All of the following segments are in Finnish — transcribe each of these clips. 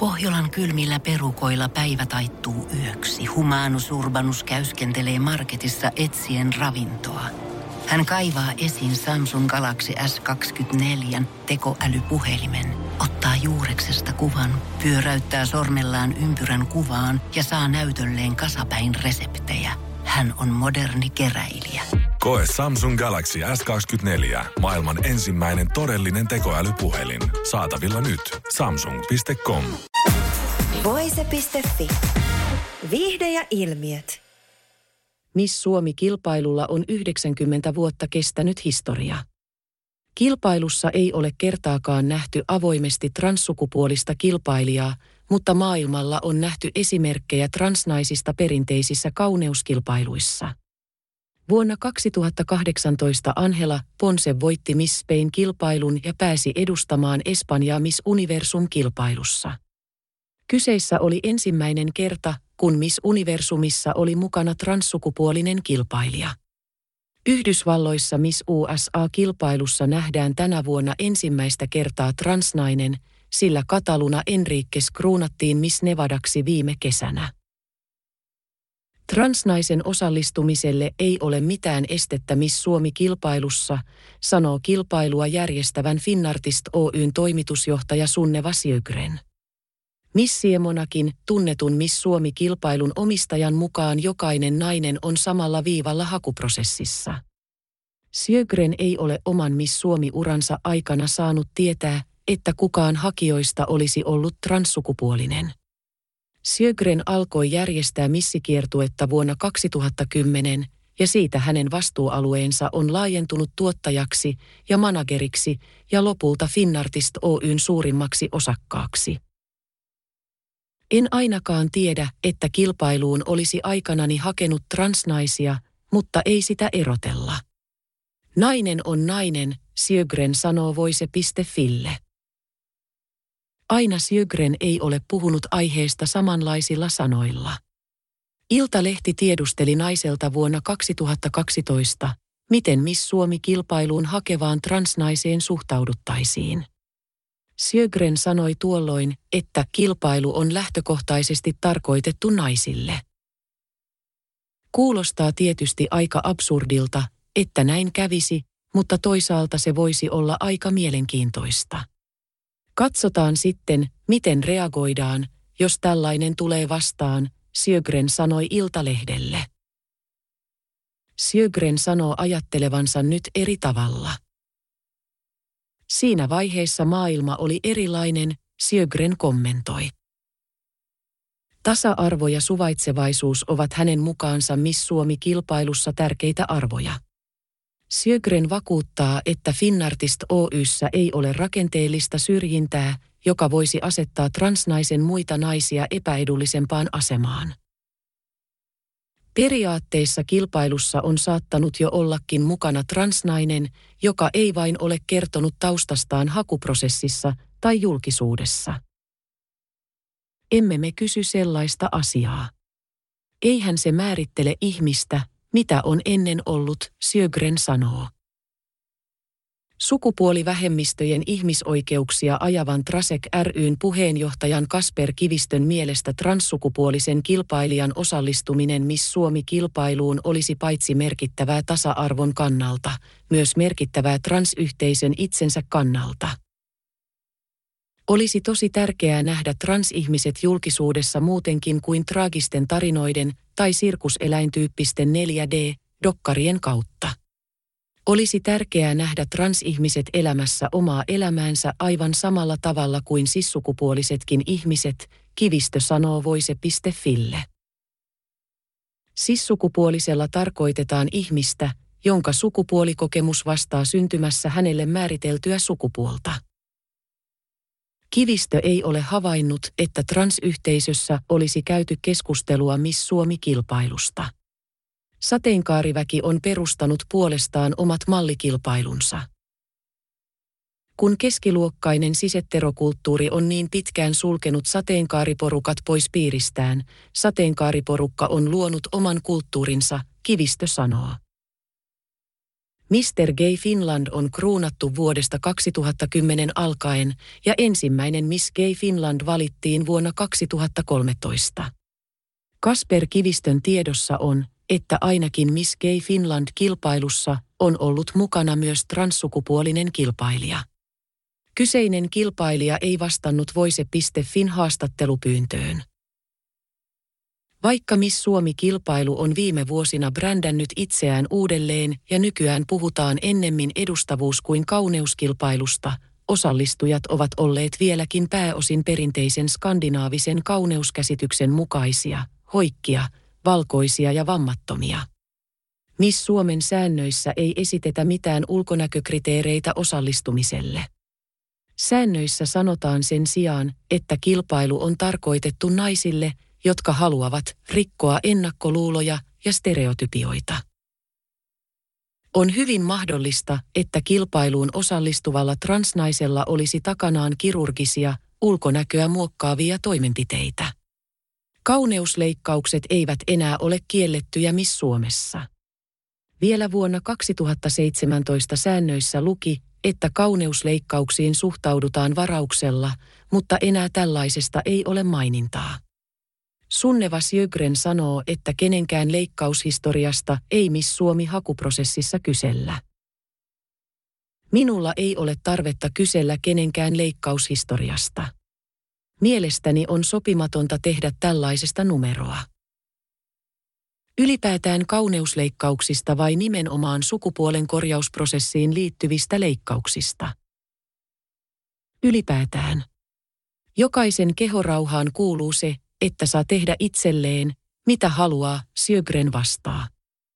Pohjolan kylmillä perukoilla päivä taittuu yöksi. Humanus Urbanus käyskentelee marketissa etsien ravintoa. Hän kaivaa esiin Samsung Galaxy S24 tekoälypuhelimen, ottaa juureksesta kuvan, pyöräyttää sormellaan ympyrän kuvaan ja saa näytölleen kasapäin reseptejä. Hän on moderni keräilijä. Koe Samsung Galaxy S24. Maailman ensimmäinen todellinen tekoälypuhelin. Saatavilla nyt. Samsung.com. Voise.fi. Viihde ja ilmiöt. Miss Suomi-kilpailulla on 90 vuotta kestänyt historia. Kilpailussa ei ole kertaakaan nähty avoimesti transsukupuolista kilpailijaa, mutta maailmalla on nähty esimerkkejä transnaisista perinteisissä kauneuskilpailuissa. Vuonna 2018 Angela Ponce voitti Miss Spain-kilpailun ja pääsi edustamaan Espanjaa Miss Universum-kilpailussa. Kyseessä oli ensimmäinen kerta, kun Miss Universumissa oli mukana transsukupuolinen kilpailija. Yhdysvalloissa Miss USA-kilpailussa nähdään tänä vuonna ensimmäistä kertaa transnainen, sillä Cataluna Enriquez kruunattiin Miss Nevadaksi viime kesänä. Transnaisen osallistumiselle ei ole mitään estettä Miss Suomi-kilpailussa, sanoo kilpailua järjestävän Finnartist Oyn toimitusjohtaja Sunneva Sjögren. Miss Siemonakin, tunnetun Miss Suomi-kilpailun omistajan mukaan jokainen nainen on samalla viivalla hakuprosessissa. Sjögren ei ole oman Miss Suomi-uransa aikana saanut tietää, että kukaan hakijoista olisi ollut transsukupuolinen. Sjögren alkoi järjestää missikiertuetta vuonna 2010 ja siitä hänen vastuualueensa on laajentunut tuottajaksi ja manageriksi ja lopulta Finnartist Oyn suurimmaksi osakkaaksi. En ainakaan tiedä, että kilpailuun olisi aikanani hakenut transnaisia, mutta ei sitä erotella. Nainen on nainen, Sjögren sanoo Voise.fille. Aina Sjögren ei ole puhunut aiheesta samanlaisilla sanoilla. Iltalehti tiedusteli naiselta vuonna 2012, miten Miss Suomi-kilpailuun hakevaan transnaiseen suhtauduttaisiin. Sjögren sanoi tuolloin, että kilpailu on lähtökohtaisesti tarkoitettu naisille. Kuulostaa tietysti aika absurdilta, että näin kävisi, mutta toisaalta se voisi olla aika mielenkiintoista. Katsotaan sitten, miten reagoidaan, jos tällainen tulee vastaan, Sjögren sanoi Iltalehdelle. Sjögren sanoo ajattelevansa nyt eri tavalla. Siinä vaiheessa maailma oli erilainen, Sjögren kommentoi. Tasa-arvo ja suvaitsevaisuus ovat hänen mukaansa Miss Suomi-kilpailussa tärkeitä arvoja. Sjögren vakuuttaa, että Finnartist Oyssä ei ole rakenteellista syrjintää, joka voisi asettaa transnaisen muita naisia epäedullisempaan asemaan. Periaatteessa kilpailussa on saattanut jo ollakin mukana transnainen, joka ei vain ole kertonut taustastaan hakuprosessissa tai julkisuudessa. Emme me kysy sellaista asiaa. Eihän se määrittele ihmistä, mitä on ennen ollut, Sjögren sanoo. Sukupuolivähemmistöjen ihmisoikeuksia ajavan Trasek ry:n puheenjohtajan Kasper Kivistön mielestä transsukupuolisen kilpailijan osallistuminen Miss Suomi-kilpailuun olisi paitsi merkittävää tasa-arvon kannalta, myös merkittävää transyhteisön itsensä kannalta. Olisi tosi tärkeää nähdä transihmiset julkisuudessa muutenkin kuin traagisten tarinoiden tai sirkuseläintyyppisten 4D-dokkarien kautta. Olisi tärkeää nähdä transihmiset elämässä omaa elämäänsä aivan samalla tavalla kuin sissukupuolisetkin ihmiset, Kivistö sanoo Voise.fille. Sissukupuolisella tarkoitetaan ihmistä, jonka sukupuolikokemus vastaa syntymässä hänelle määriteltyä sukupuolta. Kivistö ei ole havainnut, että transyhteisössä olisi käyty keskustelua Miss Suomi-kilpailusta. Sateenkaariväki on perustanut puolestaan omat mallikilpailunsa. Kun keskiluokkainen sisetterokulttuuri on niin pitkään sulkenut sateenkaariporukat pois piiristään, sateenkaariporukka on luonut oman kulttuurinsa, Kivistö sanoo. Mr. Gay Finland on kruunattu vuodesta 2010 alkaen ja ensimmäinen Miss Gay Finland valittiin vuonna 2013. Kasper Kivistön tiedossa on, että ainakin Miss Gay Finland-kilpailussa on ollut mukana myös transsukupuolinen kilpailija. Kyseinen kilpailija ei vastannut Voice.fin haastattelupyyntöön. Vaikka Miss Suomi-kilpailu on viime vuosina brändännyt itseään uudelleen ja nykyään puhutaan ennemmin edustavuus- kuin kauneuskilpailusta, osallistujat ovat olleet vieläkin pääosin perinteisen skandinaavisen kauneuskäsityksen mukaisia, hoikkia, valkoisia ja vammattomia. Miss Suomen säännöissä ei esitetä mitään ulkonäkökriteereitä osallistumiselle. Säännöissä sanotaan sen sijaan, että kilpailu on tarkoitettu naisille, jotka haluavat rikkoa ennakkoluuloja ja stereotypioita. On hyvin mahdollista, että kilpailuun osallistuvalla transnaisella olisi takanaan kirurgisia, ulkonäköä muokkaavia toimenpiteitä. Kauneusleikkaukset eivät enää ole kiellettyjä Miss Suomessa. Vielä vuonna 2017 säännöissä luki, että kauneusleikkauksiin suhtaudutaan varauksella, mutta enää tällaisesta ei ole mainintaa. Sunneva Sjögren sanoo, että kenenkään leikkaushistoriasta ei Miss Suomi-hakuprosessissa kysellä. Minulla ei ole tarvetta kysellä kenenkään leikkaushistoriasta. Mielestäni on sopimatonta tehdä tällaisesta numeroa. Ylipäätään kauneusleikkauksista vai nimenomaan sukupuolen korjausprosessiin liittyvistä leikkauksista? Ylipäätään. Jokaisen kehorauhaan kuuluu se, että saa tehdä itselleen, mitä haluaa, Sjögren vastaa.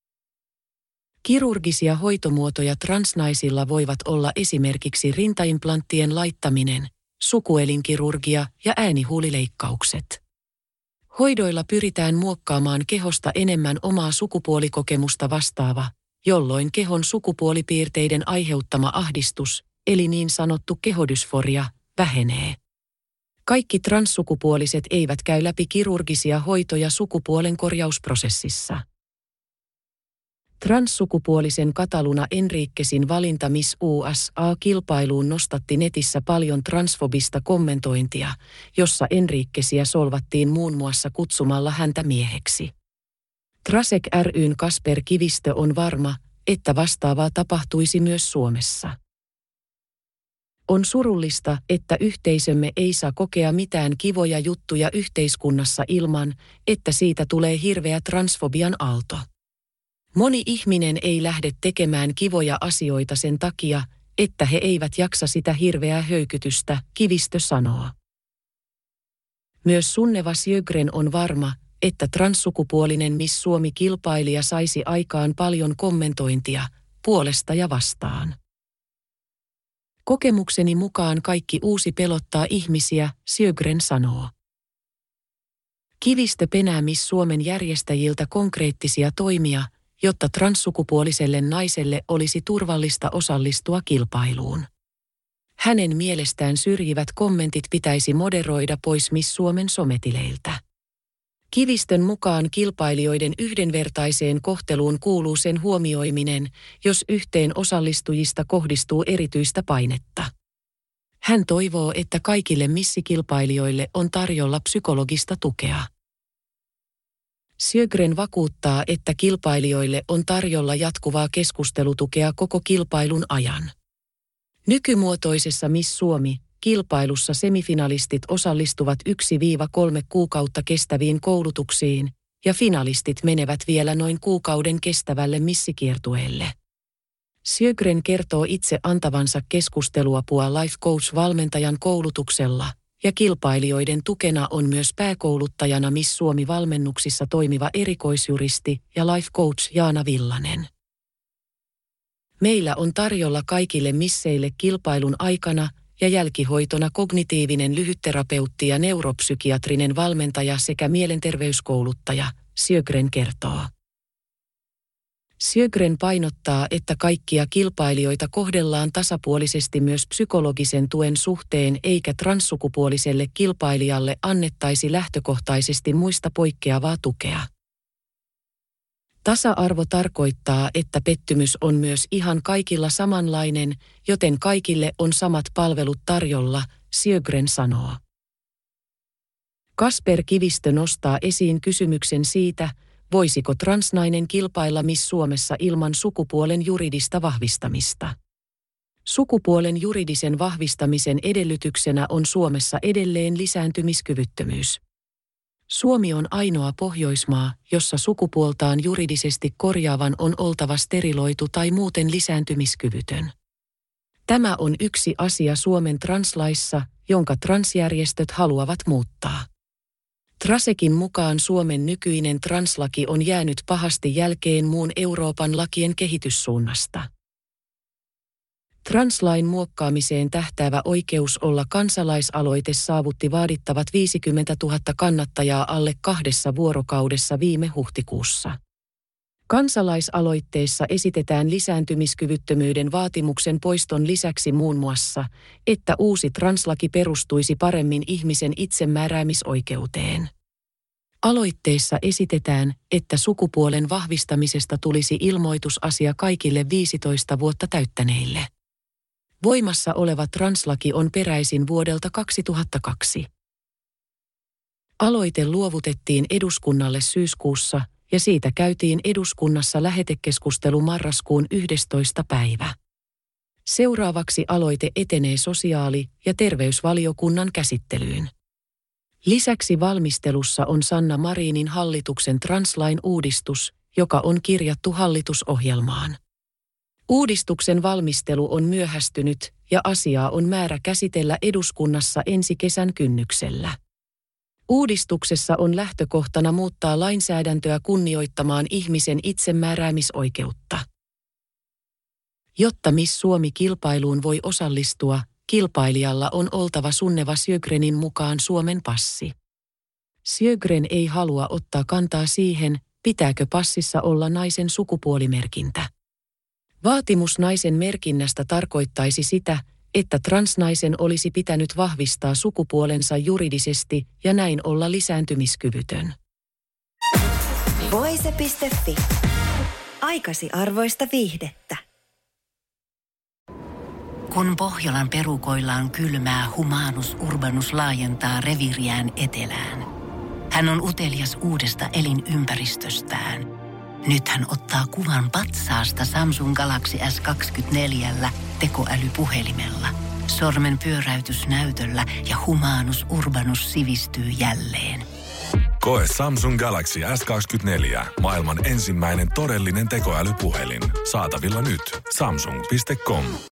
Kirurgisia hoitomuotoja transnaisilla voivat olla esimerkiksi rintaimplanttien laittaminen, sukuelinkirurgia ja äänihuulileikkaukset. Hoidoilla pyritään muokkaamaan kehosta enemmän omaa sukupuolikokemusta vastaava, jolloin kehon sukupuolipiirteiden aiheuttama ahdistus, eli niin sanottu kehodysforia, vähenee. Kaikki transsukupuoliset eivät käy läpi kirurgisia hoitoja sukupuolen korjausprosessissa. Transsukupuolisen Kataluna Enriquesin valinta Miss USA-kilpailuun nostatti netissä paljon transfobista kommentointia, jossa Enriquesia solvattiin muun muassa kutsumalla häntä mieheksi. Trasek ry:n Kasper Kivistö on varma, että vastaavaa tapahtuisi myös Suomessa. On surullista, että yhteisömme ei saa kokea mitään kivoja juttuja yhteiskunnassa ilman, että siitä tulee hirveä transfobian aalto. Moni ihminen ei lähde tekemään kivoja asioita sen takia, että he eivät jaksa sitä hirveää höykytystä, Kivistö sanoo. Myös Sunneva Sjögren on varma, että transsukupuolinen Miss Suomi-kilpailija saisi aikaan paljon kommentointia puolesta ja vastaan. Kokemukseni mukaan kaikki uusi pelottaa ihmisiä, Sjögren sanoo. Kivistö penää Miss Suomen järjestäjiltä konkreettisia toimia, jotta transsukupuoliselle naiselle olisi turvallista osallistua kilpailuun. Hänen mielestään syrjivät kommentit pitäisi moderoida pois Miss Suomen sometileiltä. Kivistön mukaan kilpailijoiden yhdenvertaiseen kohteluun kuuluu sen huomioiminen, jos yhteen osallistujista kohdistuu erityistä painetta. Hän toivoo, että kaikille missikilpailijoille on tarjolla psykologista tukea. Sjögren vakuuttaa, että kilpailijoille on tarjolla jatkuvaa keskustelutukea koko kilpailun ajan. Nykymuotoisessa Miss Suomi-kilpailussa semifinalistit osallistuvat 1-3 kuukautta kestäviin koulutuksiin, ja finalistit menevät vielä noin kuukauden kestävälle missikiertueelle. Sjögren kertoo itse antavansa keskusteluapua Life Coach-valmentajan koulutuksella, ja kilpailijoiden tukena on myös pääkouluttajana Miss Suomi-valmennuksissa toimiva erikoisjuristi ja Life Coach Jaana Villanen. Meillä on tarjolla kaikille misseille kilpailun aikana ja jälkihoitona kognitiivinen lyhytterapeutti ja neuropsykiatrinen valmentaja sekä mielenterveyskouluttaja, Sjögren kertoo. Sjögren painottaa, että kaikkia kilpailijoita kohdellaan tasapuolisesti myös psykologisen tuen suhteen eikä transsukupuoliselle kilpailijalle annettaisi lähtökohtaisesti muista poikkeavaa tukea. Tasa-arvo tarkoittaa, että pettymys on myös ihan kaikilla samanlainen, joten kaikille on samat palvelut tarjolla, Sjögren sanoo. Kasper Kivistö nostaa esiin kysymyksen siitä, voisiko transnainen kilpailla Miss Suomessa ilman sukupuolen juridista vahvistamista. Sukupuolen juridisen vahvistamisen edellytyksenä on Suomessa edelleen lisääntymiskyvyttömyys. Suomi on ainoa Pohjoismaa, jossa sukupuoltaan juridisesti korjaavan on oltava steriloitu tai muuten lisääntymiskyvytön. Tämä on yksi asia Suomen translaissa, jonka transjärjestöt haluavat muuttaa. Trasekin mukaan Suomen nykyinen translaki on jäänyt pahasti jälkeen muun Euroopan lakien kehityssuunnasta. Translain muokkaamiseen tähtäävä oikeus olla kansalaisaloite saavutti vaadittavat 50 000 kannattajaa alle 2 vuorokaudessa viime huhtikuussa. Kansalaisaloitteessa esitetään lisääntymiskyvyttömyyden vaatimuksen poiston lisäksi muun muassa, että uusi translaki perustuisi paremmin ihmisen itsemääräämisoikeuteen. Aloitteessa esitetään, että sukupuolen vahvistamisesta tulisi ilmoitusasia kaikille 15 vuotta täyttäneille. Voimassa oleva translaki on peräisin vuodelta 2002. Aloite luovutettiin eduskunnalle syyskuussa ja siitä käytiin eduskunnassa lähetekeskustelu marraskuun 11. päivä. Seuraavaksi aloite etenee sosiaali- ja terveysvaliokunnan käsittelyyn. Lisäksi valmistelussa on Sanna Marinin hallituksen translain uudistus, joka on kirjattu hallitusohjelmaan. Uudistuksen valmistelu on myöhästynyt ja asiaa on määrä käsitellä eduskunnassa ensi kesän kynnyksellä. Uudistuksessa on lähtökohtana muuttaa lainsäädäntöä kunnioittamaan ihmisen itsemääräämisoikeutta. Jotta Miss Suomi-kilpailuun voi osallistua, kilpailijalla on oltava Sunneva Sjögrenin mukaan Suomen passi. Sjögren ei halua ottaa kantaa siihen, pitääkö passissa olla naisen sukupuolimerkintä. Vaatimus naisen merkinnästä tarkoittaisi sitä, että transnaisen olisi pitänyt vahvistaa sukupuolensa juridisesti ja näin olla lisääntymiskyvytön. Voise.fi. Aikasi arvoista viihdettä. Kun Pohjolan perukoillaan kylmää, Humanus Urbanus laajentaa reviiriään etelään. Hän on utelias uudesta elinympäristöstään. Nyt hän ottaa kuvan patsaasta Samsung Galaxy S24 tekoälypuhelimella. Sormen pyöräytys näytöllä ja Humanus Urbanus sivistyy jälleen. Koe Samsung Galaxy S24. Maailman ensimmäinen todellinen tekoälypuhelin. Saatavilla nyt. Samsung.com.